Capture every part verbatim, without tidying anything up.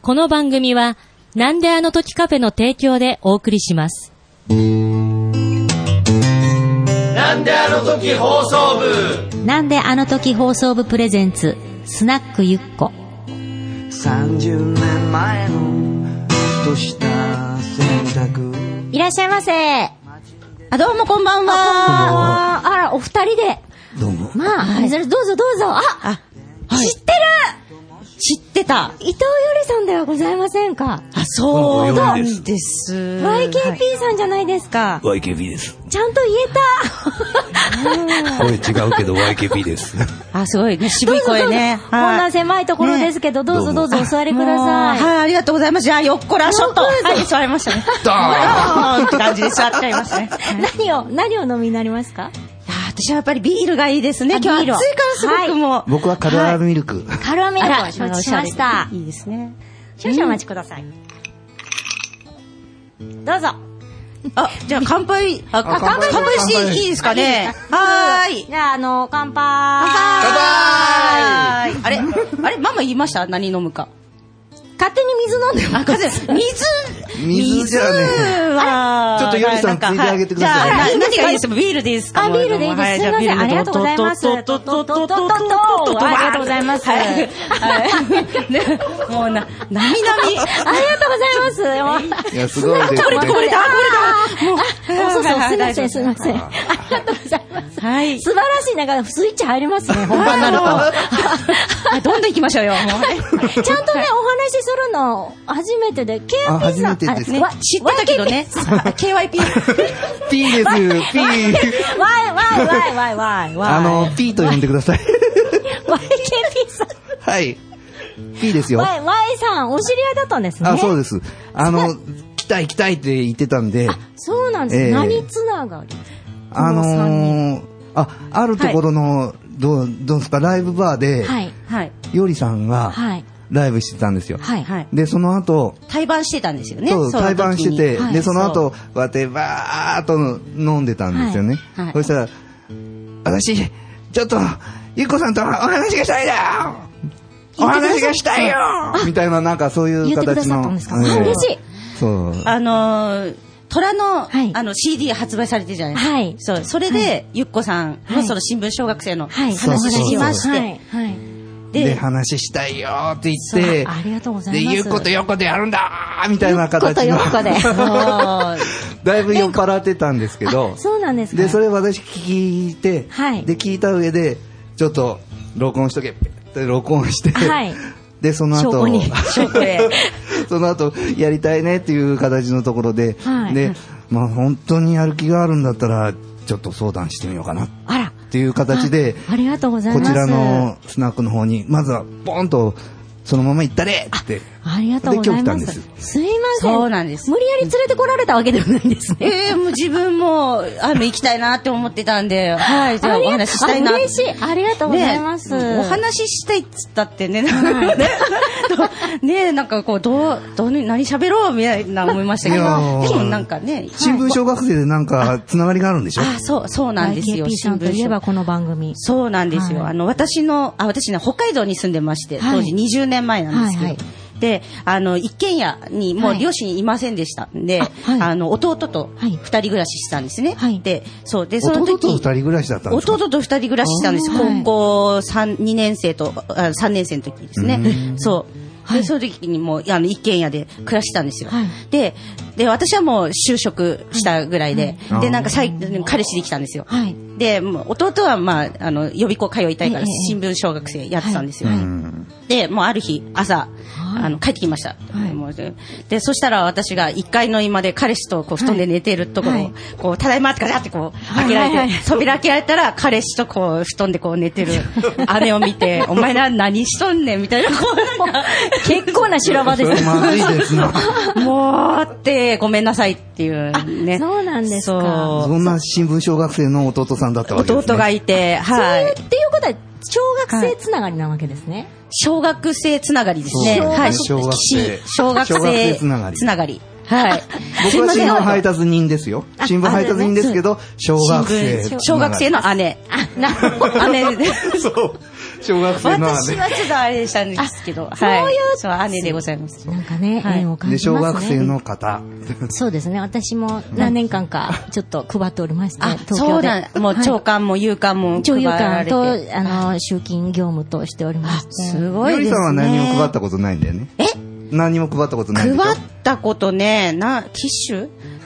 この番組はなんであの時カフェの提供でお送りします。 なんであの時放送部なんであの時放送部プレゼンツスナックゆっこ。 さんじゅうねんまえのふとした選択。 いらっしゃいませ。 あ、どうもこんばんは。 あら、お二人で。 どうも。 まあ、はい、それどうぞどうぞ。あ、あ、はい、知ってる。 知ってた。 伊藤よりさんではございませんか。 あ、そうなんです。 ワイケーピー さんじゃないですか。 ワイケーピー です。 ちゃんと言えた。 声違うけど ワイケーピー です。 あ、すごいね、渋い声ね。 こんな狭いところですけど、どうぞどうぞお座りください。 はい、ありがとうございます。じゃあ、よっこらしょっと。はい、座りましたね。ドーンって感じで座っちゃいましたね。 何を、何を飲みになりますか？ 私はやっぱりビールがいいですね。今日暑いからすごくもう、はい、 僕はカルアルミルク、 はい、カルアルミルク承知しました。 いいですね。 少々お待ちください、うん、どうぞ。 あ、じゃあ乾杯。あ、乾杯乾杯していいですかね。はーい。 じゃあ、あの乾杯。 乾杯。あれあれママ言いました？何飲むか。 勝手に水飲んでます。 水水じゃねはちょっとよりさんついてあげてください。 じゃあ何がいいですか？ビールでいいですか？ あ、ビールでいいです。すいません。ありがとうございます。とととととととありがとうございます。 もうな、なみなみ。 ありがとうございます。 いや、すごいですね。 これこれだ、これだ。もう、 そうそう、すいません、すいません。ありがとうございます。はい。素晴らしい、なんかスイッチ入りますね、本番になると。 どんどん行きましょうよ、もう。 ちゃんとね、お話しするの初めてで、ケーワイピー さん。 初めてですか？知ってたけどね。ケーワイピー。 P です、P。 ワイ、ワイ、ワイ、ワイ、ワイ、ワイ。 あの、P と呼んでください。 ワイケーピー さん。 はい。P ですよ。 ワイ、ワイさん、お知り合いだったんですね。 あ、そうです。あの、来たい来たいって言ってたんで。 あ、そうなんです。何つながり？ あのー、あ、あるところの、どう、どうですか、ライブバーで、 はい。はい。 よりさんが、はい。ライブしてたんですよ。はいはい。で、その後、 対バンしてたんですよね。 そう、対バンしてて、はい、で、その後、こうやってバーっと飲んでたんですよね。はいはい、そしたら、私、ちょっと、ゆっこさんとお話がしたいだお話がしたいよみたいな、なんかそういう形の。 嬉しい。 そう。 あのー、虎の、はい、あの シーディー 発売されてるじゃないですか。はい。そう、それで、はい、ゆっこさんのその新聞小学生の話しまして、はい。はいで, で話したいよって言って、 ありがとうございます。 で、ゆっことよっこでやるんだみたいな形の。 ゆっことよっこで。だいぶ酔っ払ってたんですけど。 そうなんですか。 で、それ私聞いて、はい、で、聞いた上で、ちょっと、録音しとけって録音して、はい、で、その後、 証拠に証拠でその後、やりたいねっていう形のところで、はい、で、まあ本当にやる気があるんだったら、ちょっと相談してみようかな。 あら。 っていう形で、 ありがとうございます。 こちらのスナックの方に、まずは、ポンと、そのまま行ったれって。 ありがとうございます。すいません。 そうなんです。 無理やり連れてこられたわけではないんですね。 ええー、もう自分も、あの、行きたいなって思ってたんで、はい、じゃあお話ししたいな。 嬉しい。ありがとうございます。 ね、お話ししたいっつったってね、なんかね、ね、なんかこう、どう、どう、何喋ろうみたいな思いましたけど、でもなんかね。 新聞小学生でなんか、つながりがあるんでしょ？ あ、そう、そうなんですよ。 新聞といえばこの番組。 そうなんですよ。あの、私の、あ、私ね、北海道に住んでまして、当時にじゅうねんまえなんですけど、で、あの、一軒家にもう両親いませんでしたんで、はい、あ, あの、弟と二人暮らししてたんですね。はい、で、そう、で、その時。 弟と二人暮らしだったんですか？ 弟と二人暮らししたんです。高校三、にねん生と、あ、さんねん生の時ですね。そう。で、はい、その時にもう、あの、一軒家で暮らしてたんですよ。はい、で、で、私はもう就職したぐらいで、はい、で、なんかさい、彼氏できたんですよ。はい、で、もう弟は、まあ、あの、予備校通いたいから、新聞小学生やってたんですよ。はいはい、で、もうある日、朝、あの、帰ってきました。はい、もうで、で、そしたら私が一階の居間で彼氏とこう布団で寝てるところを、はい、こう、ただいまってガチャってこう、開けられて、はいはいはい、扉開けられたら、彼氏とこう、布団でこう寝てる姉を見て、お前ら何しとんねんみたいな、こう、なんか、 結構な修羅場です。 まずいですな。 もうって、ごめんなさいっていうね。 そうなんですか。 そんな新聞小学生の弟さんだったわけですね。 弟がいて、はい。 そういう、っていうことは、小学生つながりなわけですね。 小学生つながりですね。 はい。小学生。 小学生つながり。つながり。 はい。 僕は新聞配達人ですよ。新聞配達人ですけど、小学生。 小学生の姉。 あ、なるほど。 姉で。 そう。小学生の姉。 私はちょっとあれでしたんですけど、 そういう、 そう姉でございます。 なんかね、縁を感じますね。 で、小学生の方。 そうですね。私も何年間かちょっと配っておりまして、東京で。 そうだ。もう長官も有官も長有官と、あの、集金業務としておりまして。 すごいですね。 よりさんは何も配ったことないんだよね。 え？ 何も配ったことないんでしょ？ 配ったことね、な、ティッシュ？うん、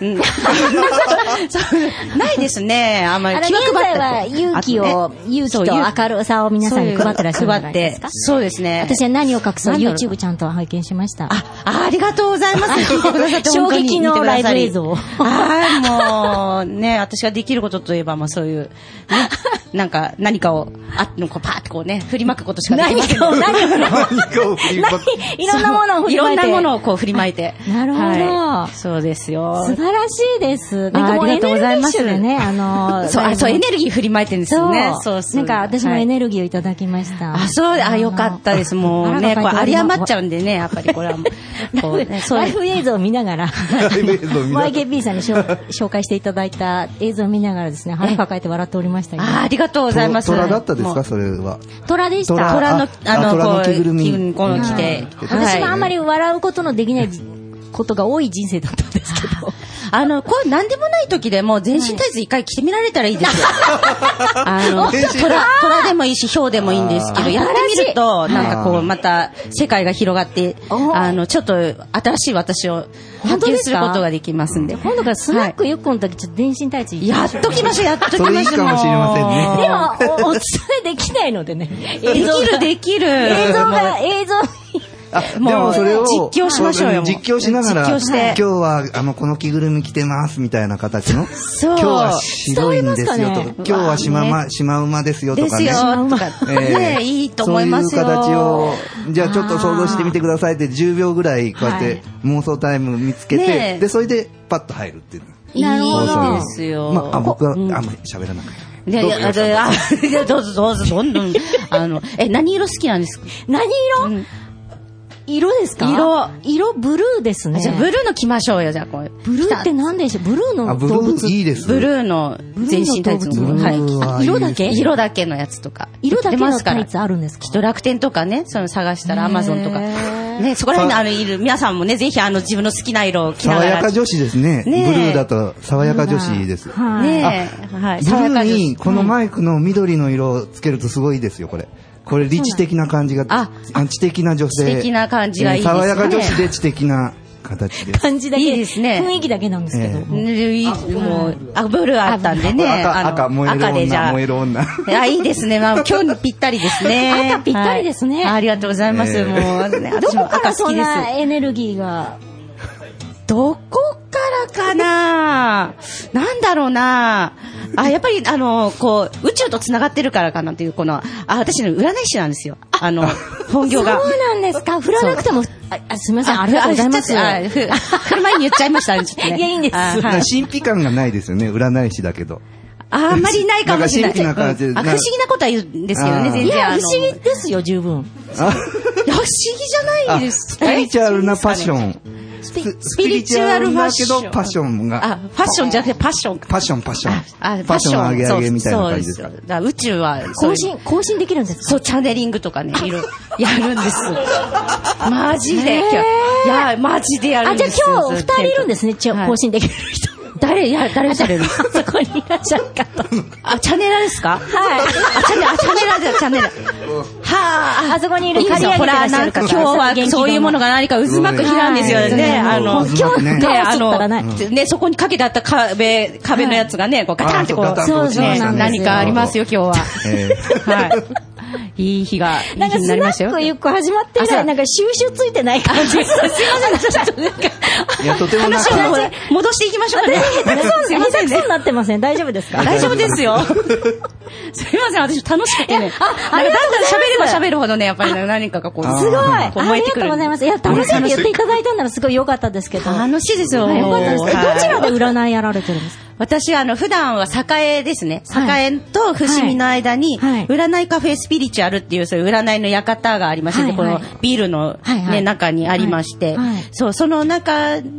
ないですね。あんまり。 現在は勇気を、勇気と明るさを皆さんに配ってらっしゃるんじゃないですか？ そうですね。 私は何を隠そう YouTube ちゃんと拝見しました。 あ、ありがとうございます。聞いてくださって衝撃のライブ映像。 はい、もうね、私ができることといえば、まあそういう、ね、なんか、何かを、あ、のこうパーッとこうね、振りまくことしかできません。 何かを、何かを振りまく。 いろんなものを振りまいて。 いろんなものをこう振りまいて。 なるほど。 そうですよ。 素晴らしいです。 なんかもうエネルギッシュでね、あの、 そう、そう、エネルギー振りまいてるんですよね。そうそう。 なんか私もエネルギーをいただきました。 あ、そう、あ、よかったです。もうね、これ有り余っちゃうんでね、やっぱりこれはもう。こうね、 ライブ映像を見ながら、ワイケーピー さんに紹介していただいた映像を見ながらですね、腹抱えて笑っておりました。 あ、ありがとうございます。 虎だったですか、それは。 虎でした。 虎の、あの、こう、 着ぐるみ。 この着て。 私はあんまり笑うことのできないことが多い人生だったんですけど。 あの、これ何でもない時でも全身タイツ一回着てみられたらいいですよ。あの、虎、虎でもいいし、豹でもいいんですけど、やってみると、なんかこう、また世界が広がって、あの、ちょっと新しい私を発見することができますんで。 今度からスナックユッコの時、ちょっと全身タイツやっときましょう、やっときましょう。 それいいかもしれませんね。 でも、お伝えできないのでね。 できる、できる。 映像が、映像あ、でもそれを実況しましょうよ。 実況しながら、今日はあのこの着ぐるみ着てますみたいな形の、今日は白いんですよとか、今日はシママシマウマですよとかね。 ですよとかね、いいと思いますよ。 そういう形をじゃあちょっと想像してみてくださいってじゅうびょうぐらいこうやって妄想タイム見つけて、でそれでパッと入るっていう。 いいですよ。 まあ僕はあんまり喋らなかった。 で、いや、どうぞどうぞどんどんあのえ何色好きなんですか？ 何色？色ですか？ 色。 色ブルーですね。 じゃあブルーの着ましょうよ、じゃあこれ。 ブルーって何でしょう？ブルーの動物。 いいです。 ブルーの全身タイツの。 はい。色だけ？ 色だけのやつとか。 色だけのタイツあるんですか？ きっと楽天とかね、その探したらアマゾンとか。ね、そこら辺のあのいる皆さんもね、ぜひあの自分の好きな色を着ながら。 爽やか女子ですね。ブルーだと爽やか女子です。 ねえ。はい。 ブルーにこのマイクの緑の色をつけるとすごいですよ、これ。これ、理知的な感じが、あ、知的な女性。 知的な感じがいいですね。 爽やか女子で知的な形です。 感じだけ。 いいですね。 雰囲気だけなんですけど。 もう、あ、ブルーあったんでね。 赤、赤、燃える女。燃える女。 あ、いいですね。まあ、今日にぴったりですね。 赤ぴったりですね。 ありがとうございます。もう、 どこからそんなエネルギーが。 どこからかななんだろうなあ、やっぱり、あの、こう、宇宙と繋がってるからかなっていう、この、あ、私の占い師なんですよ。あの、本業が。 そうなんですか。振らなくても、あ、すみません、ありがとうございます。 あ、振る前に言っちゃいましたね、ちょっとね。 いや、いいんです。 神秘感がないですよね、占い師だけど。 あんまりないかもしれない。 神秘な感じで。 不思議なことは言うんですけどね、全然。 いや、不思議ですよ、十分。 不思議じゃないです。 スピリチュアルなパッション。 スピリチュアルファッション。 だけどパッションが。 あ、ファッションじゃなくてパッション。 パッション、パッション。 あ、 パッション上げ上げみたいな感じですか。 だ宇宙は。 更新、更新できるんですか？ そう、チャネリングとかね、いろいろやるんです。マジで。いや、マジでやるんです。 あ、じゃあ今日二人いるんですね、更新できる人。 誰、いや、誰されるんですか？ そこにいらっしゃる方。 あ、チャネラですか？はい。あ、チャネラ、チャネラです、チャネラ。はあ、あそこにいる刈り上げてらっしゃる方。今日はそういうものが何か渦巻く日なんですよね。あの、 今日ね、あの、 ね、そこにかけてあった壁、壁のやつがね、こうガタンってこう、 そうそう、 何かありますよ、今日は。はい。いい日が、いい日になりましたよ。 なんかスナックゆっこ始まって以来、なんか収集ついてない感じ。すいません、ちょっとなんか。 いや、とても話を戻していきましょうかね。 すいません、下手くそになってません。大丈夫ですか？ 大丈夫ですよ。すいません、私楽しくてね。あ、あれだんだん喋れば喋るほどね、やっぱり何かがこう、 すごい。あ燃えてくる。 ありがとうございます。いや、楽しいって言っていただいたんならすごい良かったですけど。 楽しいですよ。 よかったです。どちらで占いやられてるんですか？ 私はあの普段は栄ですね。栄と伏見の間に占いカフェスピリチュアルっていうそういう占いの館がありまして、このビルのね中にありまして、そうその中で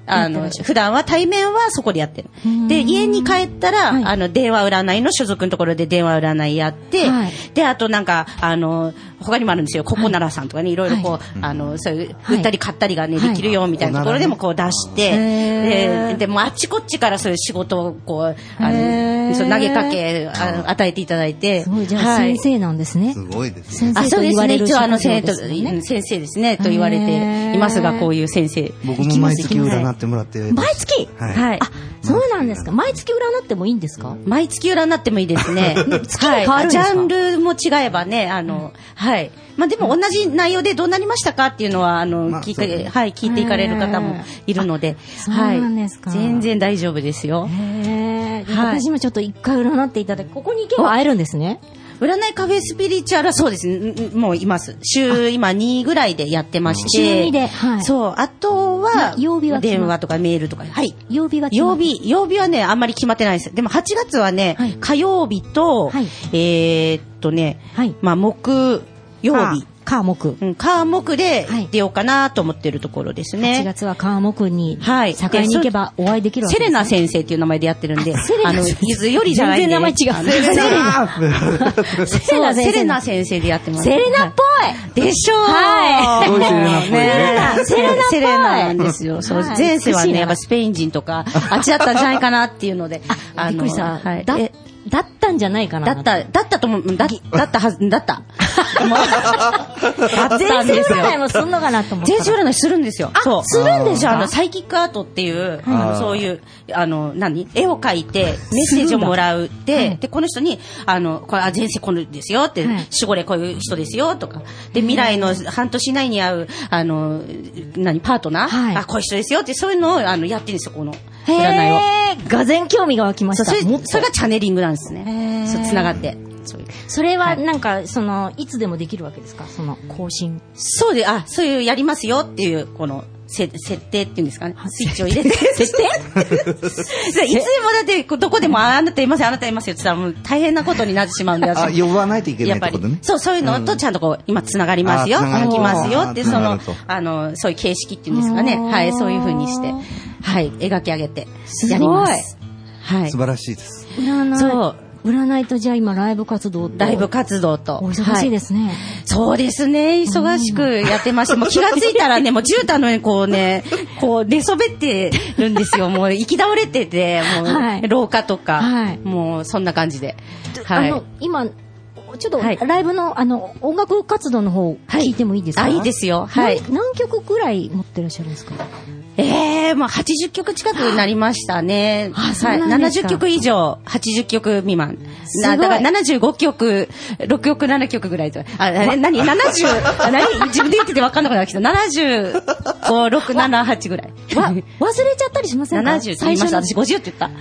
あの、普段は対面はそこでやってる。で、家に帰ったら、はい、あの、電話占いの所属のところで電話占いやって、はい、で、あとなんか、あの、他にもあるんですよ。ココナラさんとかね、いろいろこう、はい、あの、そういう、売ったり買ったりがね、はい、できるよ、みたいなところでもこう出して、はい、で、でもあっちこっちからそういう仕事をこう、あの、そう投げかけ、あ与えていただいて。 すごい、じゃあ先生なんですね。 すごいですね。 先生と言われる。 一応あの、先生ですね、と言われていますが、こういう先生。 僕も毎月占ってもらって。 毎月はい。あ、そうなんですか。毎月占ってもいいんですか？ 毎月占ってもいいですね。 月に変わるんですか？ ジャンルも違えばね、あの、はい。まあでも同じ内容でどうなりましたかっていうのは、あの、聞いて、はい、聞いていかれる方もいるので、 はい。 全然大丈夫ですよ。 へー。私もちょっと一回占っていただき、ここに行けば会えるんですね。 占いカフェスピリチュアルはそうですね。もういます。週今にぐらいでやってまして。 週にで。はい。 そう。あとは、 曜日は電話とかメールとか。はい。 曜日は曜日、曜日はね、あんまり決まってないです。でもはちがつはね、はい、火曜日と、はい、えー、っとね、はい、まあ木曜日。 火木。 うん、火木で出ようかなと思ってるところですね。 はちがつは火木に、はい。境に行けばお会いできるわけですね。 セレナ先生っていう名前でやってるんで、あの、伊豆よりじゃないんで。 全然名前違う。 セレナ。セレナ。セレナ先生でやってます。 セレナっぽいでしょうはい。 すごいセレナっぽいね。 セレナっぽい。 セレナなんですよ。そう、前世はね、やっぱスペイン人とか、あっちだったんじゃないかなっていうので。 あ、びっくりした。はい。だだったんじゃないかな。 だった、だったと思う、だ、だったはず、だった。もう、だったんですよ。 前世占いもするのかなと思って。 前世占いするんですよ。 そう。するんですか？あの、サイキックアートっていう、あの、そういう、あの、何？絵を描いて、メッセージをもらうって、で、この人に、あの、これ、あ、前世このですよって、守護霊こういう人ですよとか、で、未来の半年以内に会う、あの、何、パートナー？あ、こういう人ですよって、そういうのを、あの、やってるんですよ、この占いを。 がぜん興味が湧きました。 それ、それがチャネリングなんですね。そう、つながって。 そういう。それはなんか、はい、そのいつでもできるわけですか？その更新。 そうで、あ、そういうやりますよっていうこのせ設定っていうんですかね。スイッチを入れて設定？ いつでもだってどこでもあなたいますよあなたいますよって言ったらもう大変なことになってしまうんで。 あ、呼ばないといけないってことね。 そう、そういうのとちゃんとこう今つながりますよ、行きますよってそのあのそういう形式っていうんですかね。はい、そういう風にしてはい描き上げてやります。 はい。素晴らしいです。 そう。占いとじゃあ今ライブ活動とライブ活動とお忙しいですね、はい、 そうですね忙しくやってましてもう気がついたらねもう絨毯の上にこうねこう寝そべってるんですよ。もう行き倒れててもう、はい、廊下とか、はい、もうそんな感じで、はい、あの今ちょっとライブの、はい、あの音楽活動の方聞いてもいいですか？ はい、あいいですよ。はい。 何曲ぐらい持ってらっしゃるんですか？ ええー、まあはちじゅっきょく近くになりましたね。あ、そうなんですか。はい、ななじゅっきょく以上、はちじゅっきょく未満。なだからななじゅうごきょく、ろっきょく、ななきょくぐらいと。あ、なにななじゅう、何自分で言ってて分かんなくなってきた。ななじゅうご、ろく、なな、はちぐらい。 わ、忘れちゃったりしませんか？ ななじゅうって言いました。私ごじゅうって言った。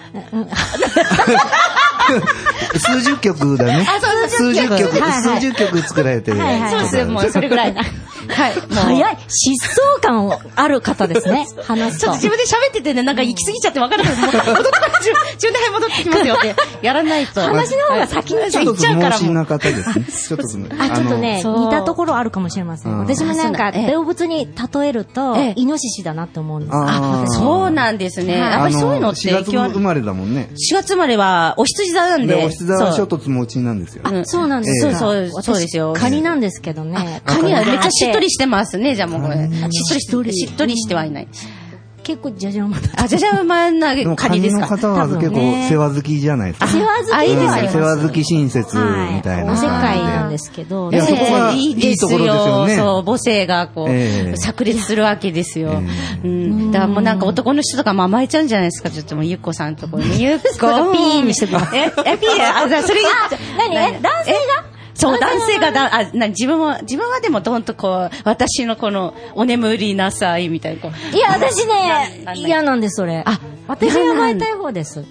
数十曲だね。 あ、そうそう数十曲、数十曲作られてる。 はいはい、そうです。もうそれぐらいな。はい。 早い。疾走感ある方ですね。話すと。 ちょっと自分で喋っててね、なんか行き過ぎちゃって分からなくて、戻って中年戻ってきますよって、やらないと。 話の方が先に行っちゃうからも。 ちょっと盲信な方ですね。ちょっとあ、ちょっとね、似たところあるかもしれません。私もなんか、動物に例えると、イノシシだなって思うんです。 あ、そうなんですね。やっぱりそういうのって。 しがつ生まれだもんね。 しがつ生まれは、お羊座なんで。 お羊座は衝突持ちなんですよ。 そうなんですよ。そうそう、そうですよ。 カニなんですけどね。 カニはめっちゃしっとりしてますね。じゃあもうこれ。しっとりしっとりしてはいない。 結構じゃじゃ馬あ、じゃじゃ馬なカニですか？ カニの方は結構世話好きじゃないですか。 世話好きではあります。 世話好き親切みたいな。 おせっかいなんですけど。 いや、そこがいいところですよね。 そう、母性がこう、炸裂するわけですよ。うん。だからもうなんか男の人とかも甘えちゃうんじゃないですか。ちょっともうゆっこさんとこに。ゆっこピーにしてください。 え、え、ピーあ、それ、 何え、男性がそう、男性がだ、あ、な、自分も、自分はでもどんとこう、私のこの、お眠りなさい、みたいな、こう。いや、私ね、嫌なんです、それ。あ、私が甘えたい方です。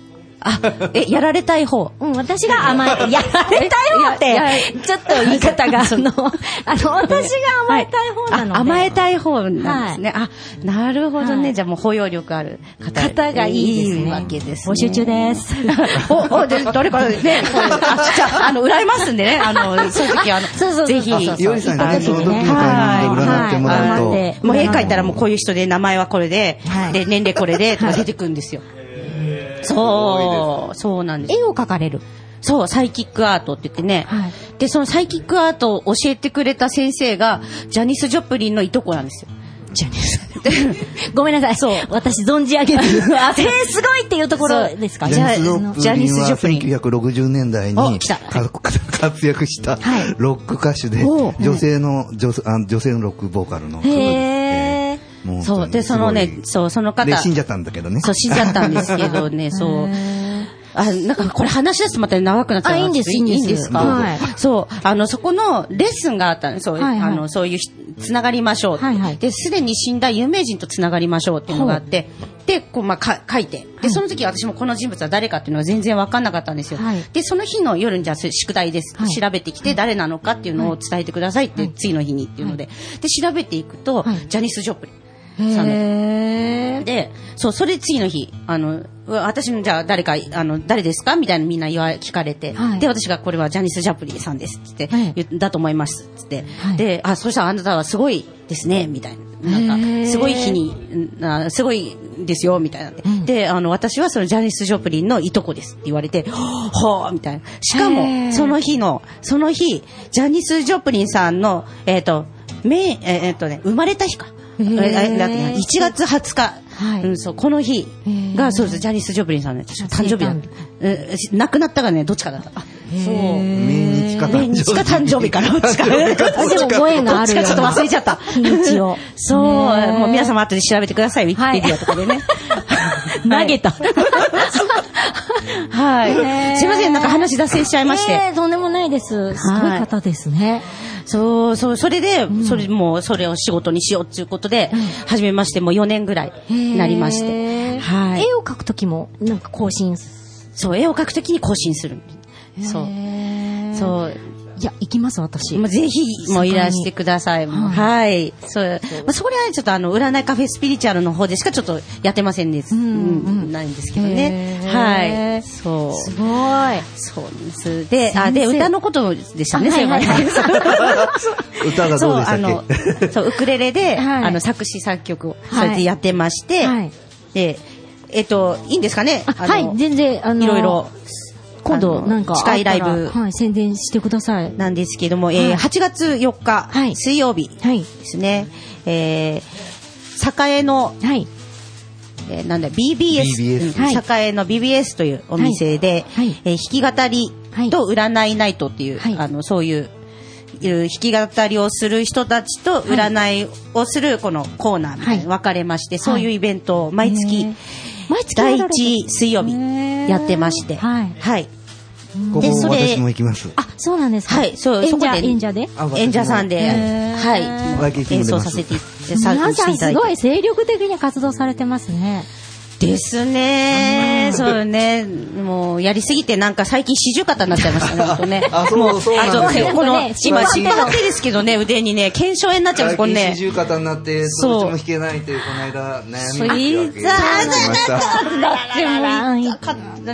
あ、え、やられたい方。 うん、私が甘え、やられたい方って、ちょっと言い方が、あの、あの、私が甘えたい方なので。 甘えたい方なんですね。あ、なるほどね。じゃあもう包容力ある方。 方がいいですね。 わけです。 募集中です。 お、お、で、誰かね、じゃあ、あの、羨ますんでね、あの、そういう時あの、ぜひ。 よりさんにその時のタイミングで占ってもらうと。 もう絵描いたらもうこういう人で名前はこれで、で、年齢これで、とか出てくるんですよ。そう、そうなんです。 絵を描かれる。 そう、サイキックアートって言ってね。はい、で、そのサイキックアートを教えてくれた先生が、ジャニス・ジョプリンのいとこなんですよ。 ジャニス。ごめんなさい。そう。私存じ上げる。あ、えー、すごいっていうところですか？ ジャニス・ジョプリンはせんきゅうひゃくろくじゅうねんだいに活躍したロック歌手で、女性の、女性のロックボーカルの。 へー。 そう。で、そのね、そう、その方。 で、死んじゃったんだけどね。 そう、死んじゃったんですけどね、そう。あ、なんかこれ話し出すとまた長くなっちゃう。 あ、いいんです、いいんです。いいんですか？ はい。そう、あの、そこのレッスンがあったんです。そう、はいはい、あの、そういう、つながりましょう。はいはい。で、すでに死んだ有名人とつながりましょうっていうのがあって、で、こう、まあ、か、書いて。で、その時私もこの人物は誰かっていうのは全然わかんなかったんですよ。はい。で、その日の夜にじゃあ宿題です。はい、調べてきて誰なのかっていうのを伝えてくださいって、はい、次の日にっていうので。で、調べていくと、はい、ジャニス・ジョプリン。 へー。 で、そう、それ次の日、あの、私のじゃあ誰か、あの、誰ですかみたいなみんな言わ、聞かれて、はい、で、私がこれはジャニス・ジャプリンさんですって言って、はい、だと思いますって言って、はい、で、あ、そしたらあなたはすごいですね、みたいな。なんか、すごい日に、あすごいですよ、みたいなんで、うん。で、あの、私はそのジャニス・ジョプリンのいとこですって言われて、はぁ、みたいな。しかも、その日の、その日、ジャニス・ジョプリンさんの、えっと、め、えっとね、生まれた日か。いちがつはつか、はいうん、そうこの日がそうですジャニス・ジョプリンさんの誕生日だ、えー、亡くなったがねどっちかだった。そう命日か誕生日かどっちかでもご縁があるよちょっと忘れちゃった日にちをそうもう皆様後で調べてくださいウィキペディアとかでね、 はい、投げたはいすいませんなんか話脱線しちゃいまして、 えー、とんでもないですすごい方ですね、はいそうそうそれで、うん、それもそれを仕事にしようということで、うん、始めましてもうよねんぐらいになりまして、 はい、絵を描くときもなんか更新そう絵を描くときに更新するそうそういや行きます私もうぜひもういらしてくださいはい、はい、そうまあそれはちょっとあの占いカフェスピリチュアルの方でしかちょっとやってませんです、うんうん、ないんですけどねはいそうすごいそうですであで歌のことでしたねはいはいはい、 歌がどうでしたっけそうあのそうウクレレで、はい、あの作詞作曲をそれでやってまして、はい、でえっといいんですかねはい全然あのいろいろ今度なんか近いライブ、 はい、宣伝してくださいなんですけども、はいえー、はちがつよっか、はい、水曜日ですね、はいえー、栄の、はいえー、なんだ ビービーエス, ビービーエス、うんはい、栄の ビービーエス というお店で、はいはいえー、弾き語りと占いナイトっていう、はい、あのそういう弾き語りをする人たちと占いをするこのコーナーみたいに分かれまして、はい、そういうイベントを毎月、はいだいいち水曜日やってまして、はい、はい、 ここ私も行きます。 あ、そうなんですか。 はい、そうそこで演者で演者さんではい演奏させて皆さんすごい精力的に活動されてますね。 ですね、そうね、もうやりすぎてなんか最近四十肩になっちゃいましたね。本当ね。 あ、そうそうなんですよ。 この今四十手ですけどね腕にね腱鞘炎になっちゃうんですこれね。 四十肩になってどっちも弾けないってこの間悩みました。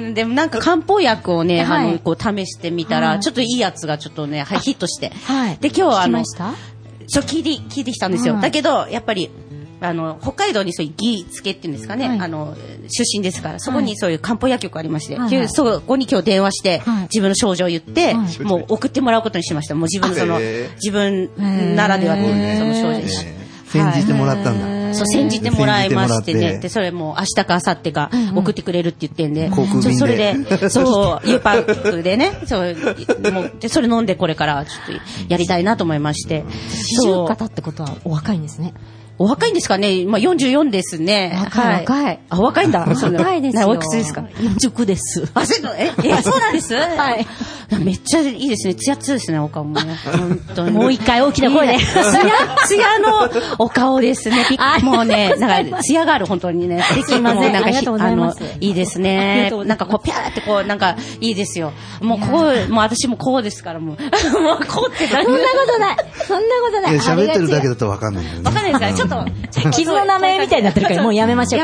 でもなんか漢方薬をねあのこう試してみたらちょっといいやつがちょっとねヒットして、で今日あのそう聞いて聞いてきたんですよ。だけどやっぱりあの北海道にそういう義付けっていうんですかね、はい、あの出身ですからそこにそういう漢方薬局ありまして、はい、そこに今日電話して、はい、自分の症状を言って、はい、もう送ってもらうことにしました。もう自分その自分ならではのその症状に煎じてもらったんだ、 はい、そう煎じてもらいましてねでそれも明日か明後日か送ってくれるって言ってんで、 うんうん、 それでそうゆうパックでねそうもうでそれ飲んでこれからちょっとやりたいなと思いまして四十肩ってことはお若いんですね。 お若いんですかね。まあよんじゅうよんですね。 若い、はい、若い。 あ、若いんだ。 若いですよ。 おいくつですか。 よんじゅうきゅうです。 あ、そうえ、え、そうなんです。 はい。 めっちゃいいですね。ツヤツヤですね、お顔もね。本当に。 もう一回大きな声で。 ツヤツヤのお顔ですね。もうね、なんか、ツヤがある、本当にね。 すいません。ありがとうございます。 いいですね。なんかこう、ピャーってこう、なんか、いいですよ。もうこう、もう私もこうですから、もう。もうこうってそんなことない。そんなことない。 喋ってるだけだとわかんないよね。 わかんないですから、ちょっと、 傷の名前みたいになってるから、もうやめましょう。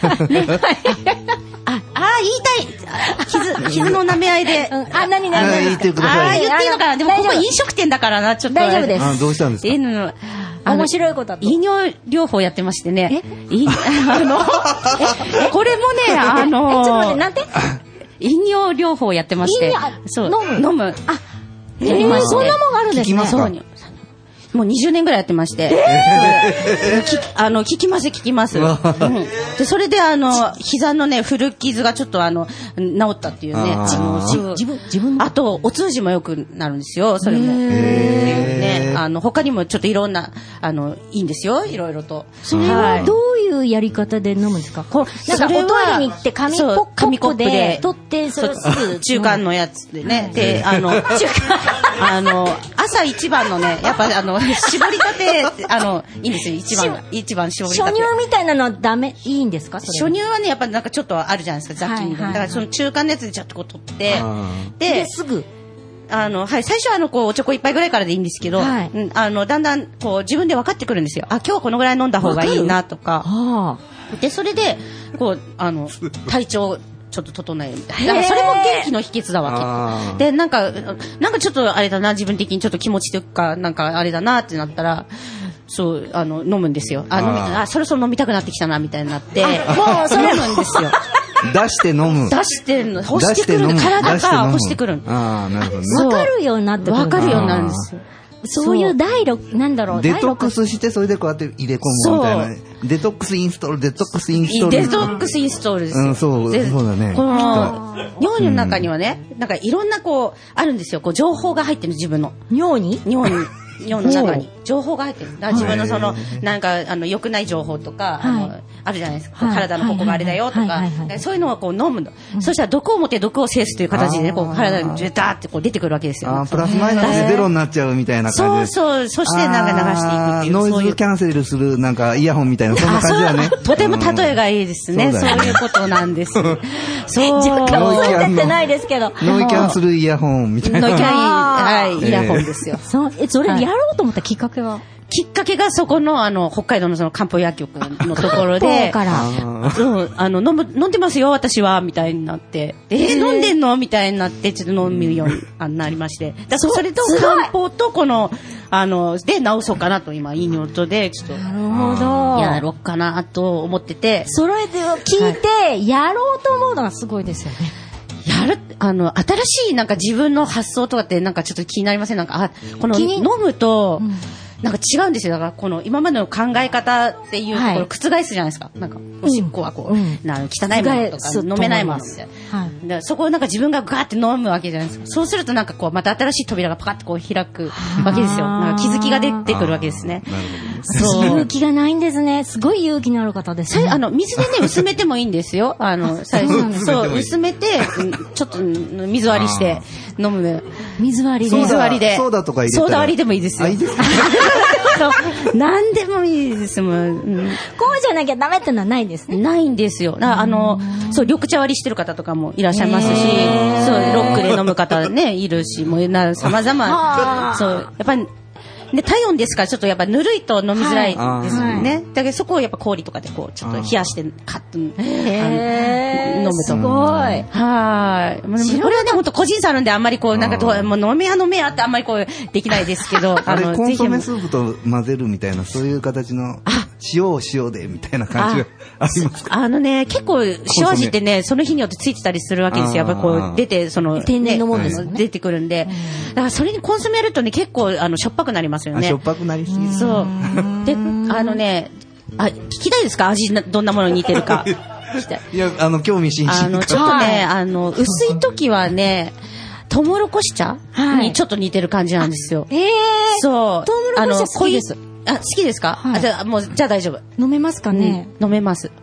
あ、あ言いたい。傷、傷の舐め合いで。 あ、なになになに言ってください。 あ、言っていいのかな。でもここ飲食店だからな、ちょっと。 大丈夫です。 あ、どうしたんですか。 面白いことだと。 飲料療法やってましてね。えあの、これもね、あの、 ちょっと待って、なんて飲料療法やってまして。 そう。飲む飲む。あ、 えー、そんなもんがあるんですね。 そう。 もうにじゅうねんぐらいやってまして。 えー、あの、聞きます、聞きます。うん、で、それであの、膝のね、古傷がちょっとあの、治ったっていうね。あの自分、自分あと、お通じも良くなるんですよ、それも。ね、あの、他にもちょっといろんな、あの、いいんですよ、いろいろと。 それはどういうやり方で飲むんですか？こう、なんかおトイレに行って紙コップで取って、それをすぐ。 中間のやつでね。で、あの、中間、あの、朝一番のね、やっぱあの、絞りたて、あの、いいんですよ、一番、一番絞りたて。 初乳みたいなのはダメ、いいんですか？それ初乳はね、やっぱなんかちょっとあるじゃないですか、雑菌みたいな。だからその中間のやつでちょっとこう取って、 で、すぐ。 あの、はい、最初はあの、こう、おちょこ一杯ぐらいからでいいんですけど、はい、うん、あの、だんだん、こう、自分で分かってくるんですよ。あ、今日はこのぐらい飲んだ方がいいな、とか。で、それで、こう、あの、体調、ちょっと整えるみたいな。だからそれも元気の秘訣だわけ。で、なんか、なんかちょっとあれだな、自分的にちょっと気持ちというか、なんかあれだなってなったら、そう、あの、飲むんですよ。あ、飲み、あ、そろそろ飲みたくなってきたな、みたいになって、もう、それ飲むんですよ。 出して飲む。 出してんの。欲してくる。体が欲してくる。 ああ、なるほどね。 わかるようになってくる。 わかるようになるんですよ。 そういう第六、なんだろう。 デトックスして、それでこうやって入れ込むみたいな。デトックスインストール、デトックスインストール。 デトックスインストールですよ。 うん、そう、そうだね。 この、尿の中にはね、なんかいろんなこう、あるんですよ。こう、情報が入ってる自分の。 尿に尿に。尿の中に情報が入ってる。だから自分のその、なんか、あの、良くない情報とか、あの、あるじゃないですか。体のここがあれだよとか、そういうのをこう飲むの。そしたら毒を持って毒を制すという形でね、こう、体にジュターってこう出てくるわけですよ。 あ、プラスマイナスゼロになっちゃうみたいな感じ。 そうそう、そしてなんか流していくっていう。 ノイズキャンセルするなんかイヤホンみたいな、そんな感じだね。 とても例えがいいですね。そういうことなんです。そう。 若干忘れてないですけど。 ノイキャンするイヤホンみたいな。 ノイキャン、はい、イヤホンですよ。 そう、え、それやろうと思ったきっかけは？ きっかけがそこのあの北海道のその漢方薬局のところで、そうあの飲む飲んでますよ私はみたいになって、えー、飲んでんのみたいになってちょっと飲むようになりまして、だそれと漢方とこのあので治そうかなと今いい音でちょっとなるほどやろうかなと思ってて、 それで聞いてやろうと思うのがすごいですよね。 やる、あの、新しいなんか自分の発想とかってなんかちょっと気になりません？なんか、あ、この飲むと、うん、なんか違うんですよ。だからこの今までの考え方っていうところを覆すじゃないですか。はい、なんか、おしっこはこう、うん、なんか汚いものとか飲めないものみたいな。はい、でそこをなんか自分がガーって飲むわけじゃないですか。そうするとなんかこう、また新しい扉がパカッとこう開くわけですよ。なんか気づきが出てくるわけですね。 そう。勇気がないんですね。すごい勇気のある方ですね。 あの、水でね、薄めてもいいんですよ。あの、最初。そう、薄めて、ちょっと水割りして飲む。 水割りで。 水割りで。 ソーダとか入れたら。 ソーダ割りでもいいですよ。いいですか？何でもいいですもん。うん、 こうじゃなきゃダメってのはないんですね。 ないんですよ。あの、そう、緑茶割りしてる方とかもいらっしゃいますし、そう、ロックで飲む方ね、いるし、もうな、様々。そう、やっぱり、で、体温ですから、ちょっとやっぱぬるいと飲みづらいですよね。はい、だけどそこをやっぱ氷とかでこう、ちょっと冷やして、カッと、飲むと。 すごい。 はい。これはね、ほんと個人差あるんで、あんまりこう、なんかどう、もう飲めや飲めやってあんまりこう、できないですけど。 あの、コンソメスープと混ぜるみたいな、そういう形の、塩を塩でみたいな感じがありますか？ あのね、結構塩味ってね、その日によってついてたりするわけですよ。やっぱりこう、出て、その、 天然のものですね。 出てくるんで。だからそれにコンソメやるとね、結構、あの、しょっぱくなりますよね。 しょっぱくなりすぎ。 そう。で、あのね、あ、聞きたいですか？味どんなものに似てるか。 いや、あの、興味津々。 あの、ちょっとね、あの、薄い時はね、トウモロコシ茶にちょっと似てる感じなんですよ。 ええ。 そう。 トウモロコシ茶好きです。 あ、好きですか？あ、じゃあ、もう、じゃあ大丈夫。 飲めますかね？ 飲めます。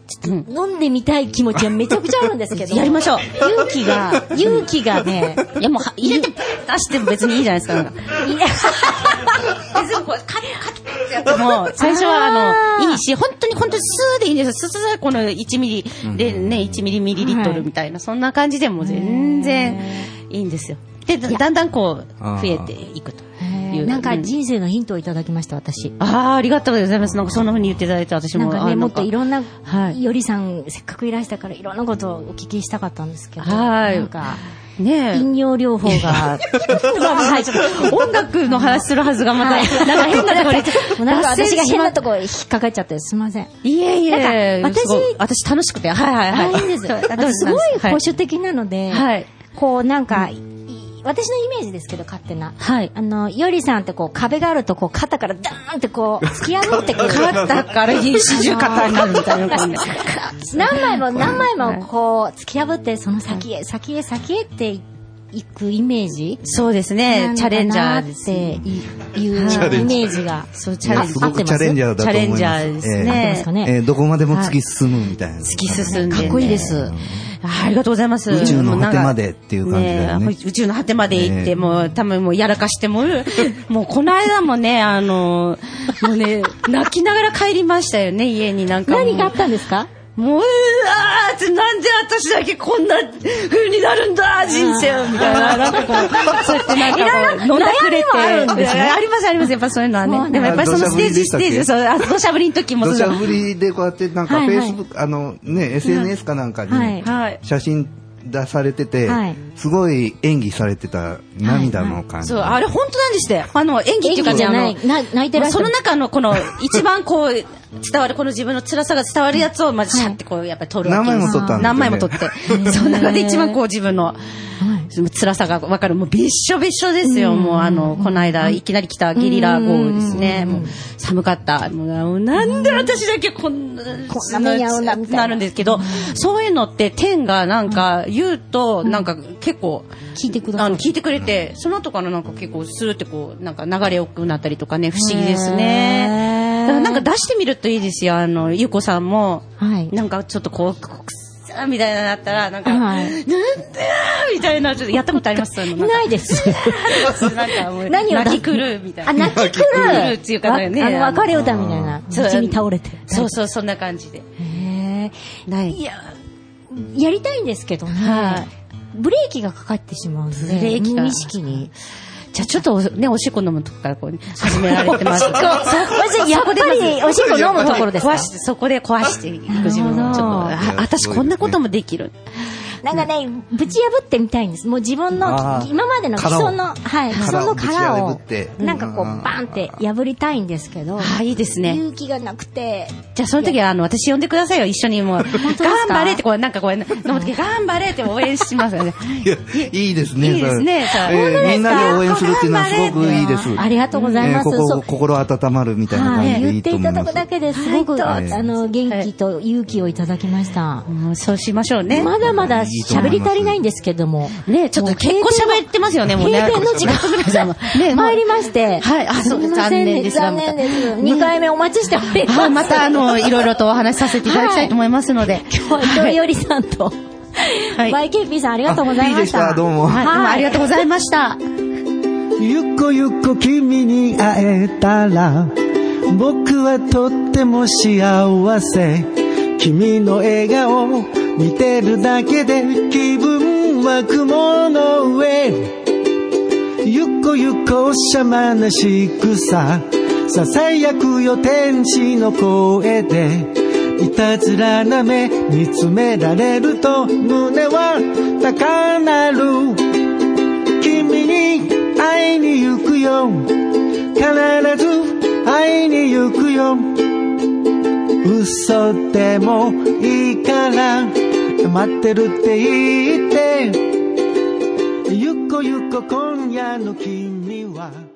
飲んでみたい気持ちはめちゃくちゃあるんですけど。 やりましょう。 勇気が、勇気がね、 いやもう入れて出しても別にいいじゃないですか。なんかいや別にこうカキカキってやっても最初はあのいいし、本当に本当にスーでいいんですよ。スースーこのいちミリでね、いちミリミリリットルみたいな、そんな感じでも全然いいんですよ。でだんだんこう増えていくという。 なんか人生のヒントをいただきました私。 ああありがとうございます。なんかそんな風に言っていただいて私もなんかねもっといろんな、 はい、 よりさんせっかくいらしたからいろんなことをお聞きしたかったんですけど、 はい、 なんか。 ね、 飲料療法が音楽の話するはずがまた、はい、なんか変なところになんか私が変なところに引っかかっちゃってすみません。 いえいえ。 なんか私私楽しくてはいはいはい。 いいんですよ。すごい保守的なので、はい、こうなんか。うん私のイメージですけど勝手な、はい、あのよりさんってこう壁があるとこう肩からダーンってこう突き破ってくる肩から四十肩になるみたいな感じ何枚も何枚もこう突き破ってその先へ先へ先へっていくイメージ。 そうですね。チャレンジャーですっていうイメージがそうチャレンジャーチャレンジャーだと思います。 チャレンジャーですね。 えーえー、どこまでも突き進むみたいな。 突き進んで、ね、 かっこいいです。 ありがとうございます。 宇宙の果てまでっていう感じだよね。 ね宇宙の果てまで行って、ね、もう多分もうやらかしてももうこの間もねあのもうね泣きながら帰りましたよね家になんか。 何があったんですか？ もう、あーってなんで私だけこんな風になるんだ人生みたいな、なんかこう、そうやってなんかこう、飲んでくれて。あるんですね。ありますあります、やっぱそういうのはね。でもやっぱりそのステージステージ、そう、土砂降りの時もそう。 土砂降りでこうやってなんかフェイスブック、あのね、エスエヌエス かなんかに写真出されてて、すごい演技されてた涙の感じ。 そう、あれ本当なんでして。あの、演技っていうかじゃない、泣いてらっしゃる。 その中のこの、一番こう、伝わるこの自分の辛さが伝わるやつをまずシャってこうやっぱり撮るわけです。 何枚も撮ったんですよね。 何枚も撮って、その中で一番こう自分の辛さがわかる。もうびっしょびっしょですよ。もうあのこの間いきなり来たゲリラ豪雨ですね。もう寒かった。もうなんで私だけこんなこんな目に遭うんだみたいななるんですけど、そういうのって天がなんか言うとなんか結構聞いてください。 あの聞いてくれて、その後からなんか結構スーってこうなんか流れよくなったりとかね、不思議ですね。だからなんか出してみるといいですよ。あのゆうこさんも、はい、なんかちょっとこうくさみたいなのだったらなんか、はい、なんでみたいなちょっとやったことあります？ ないです。 なんかもう何を泣きくるみたいな。 あ泣きくるっていうかね。 あの別れ歌みたいな。道に倒れて。 そうそうそんな感じで。 へえ。ない。いややりたいんですけどね。はい、ブレーキがかかってしまうので、ブレーキが無意識に。じゃあちょっとねおしっこ飲むとこからこう、ね、始められてます。おしっこ、 やっぱりおしっこ飲むところですか？ 壊してそこで壊していく自分をちょっとあ私こんなこともできる。 なんかねぶち破ってみたいんです。もう自分の今までの基礎のはい基礎の殻をなんかこうバンって破りたいんですけど。 あいいですね。 勇気がなくて。 じゃあその時はあの私呼んでくださいよ一緒にもう頑張れってこうなんかこう飲む時頑張れって応援しますよね。 いいですね。 いいですね。 みんなで応援するっていうのはすごくいいです。 ありがとうございます。 心温まるみたいな感じでいいと思います。言っていただくだけですごくあの元気と勇気をいただきました。 そうしましょうね。 まだまだ喋り足りないんですけどもねちょっと結構喋ってますよねもうね閉店の時間ね参りましてはいあそうです残念です残念ですにかいめお待ちしておりますまたあのいろいろとお話しさせていただきたいと思いますので今日はよりさんと ワイケーピー さんありがとうございました。 どうもありがとうございました。 ゆこゆこ君に会えたら僕はとっても幸せ。君の笑顔見てるだけで気分は雲の上。ゆこゆこしゃまなしくさささやくよ天使の声でいたずらな目見つめられると胸は高鳴る。君に会いに行くよ必ず会いに行くよ。嘘でもいいから待ってるって言ってゆこゆこ今夜の君は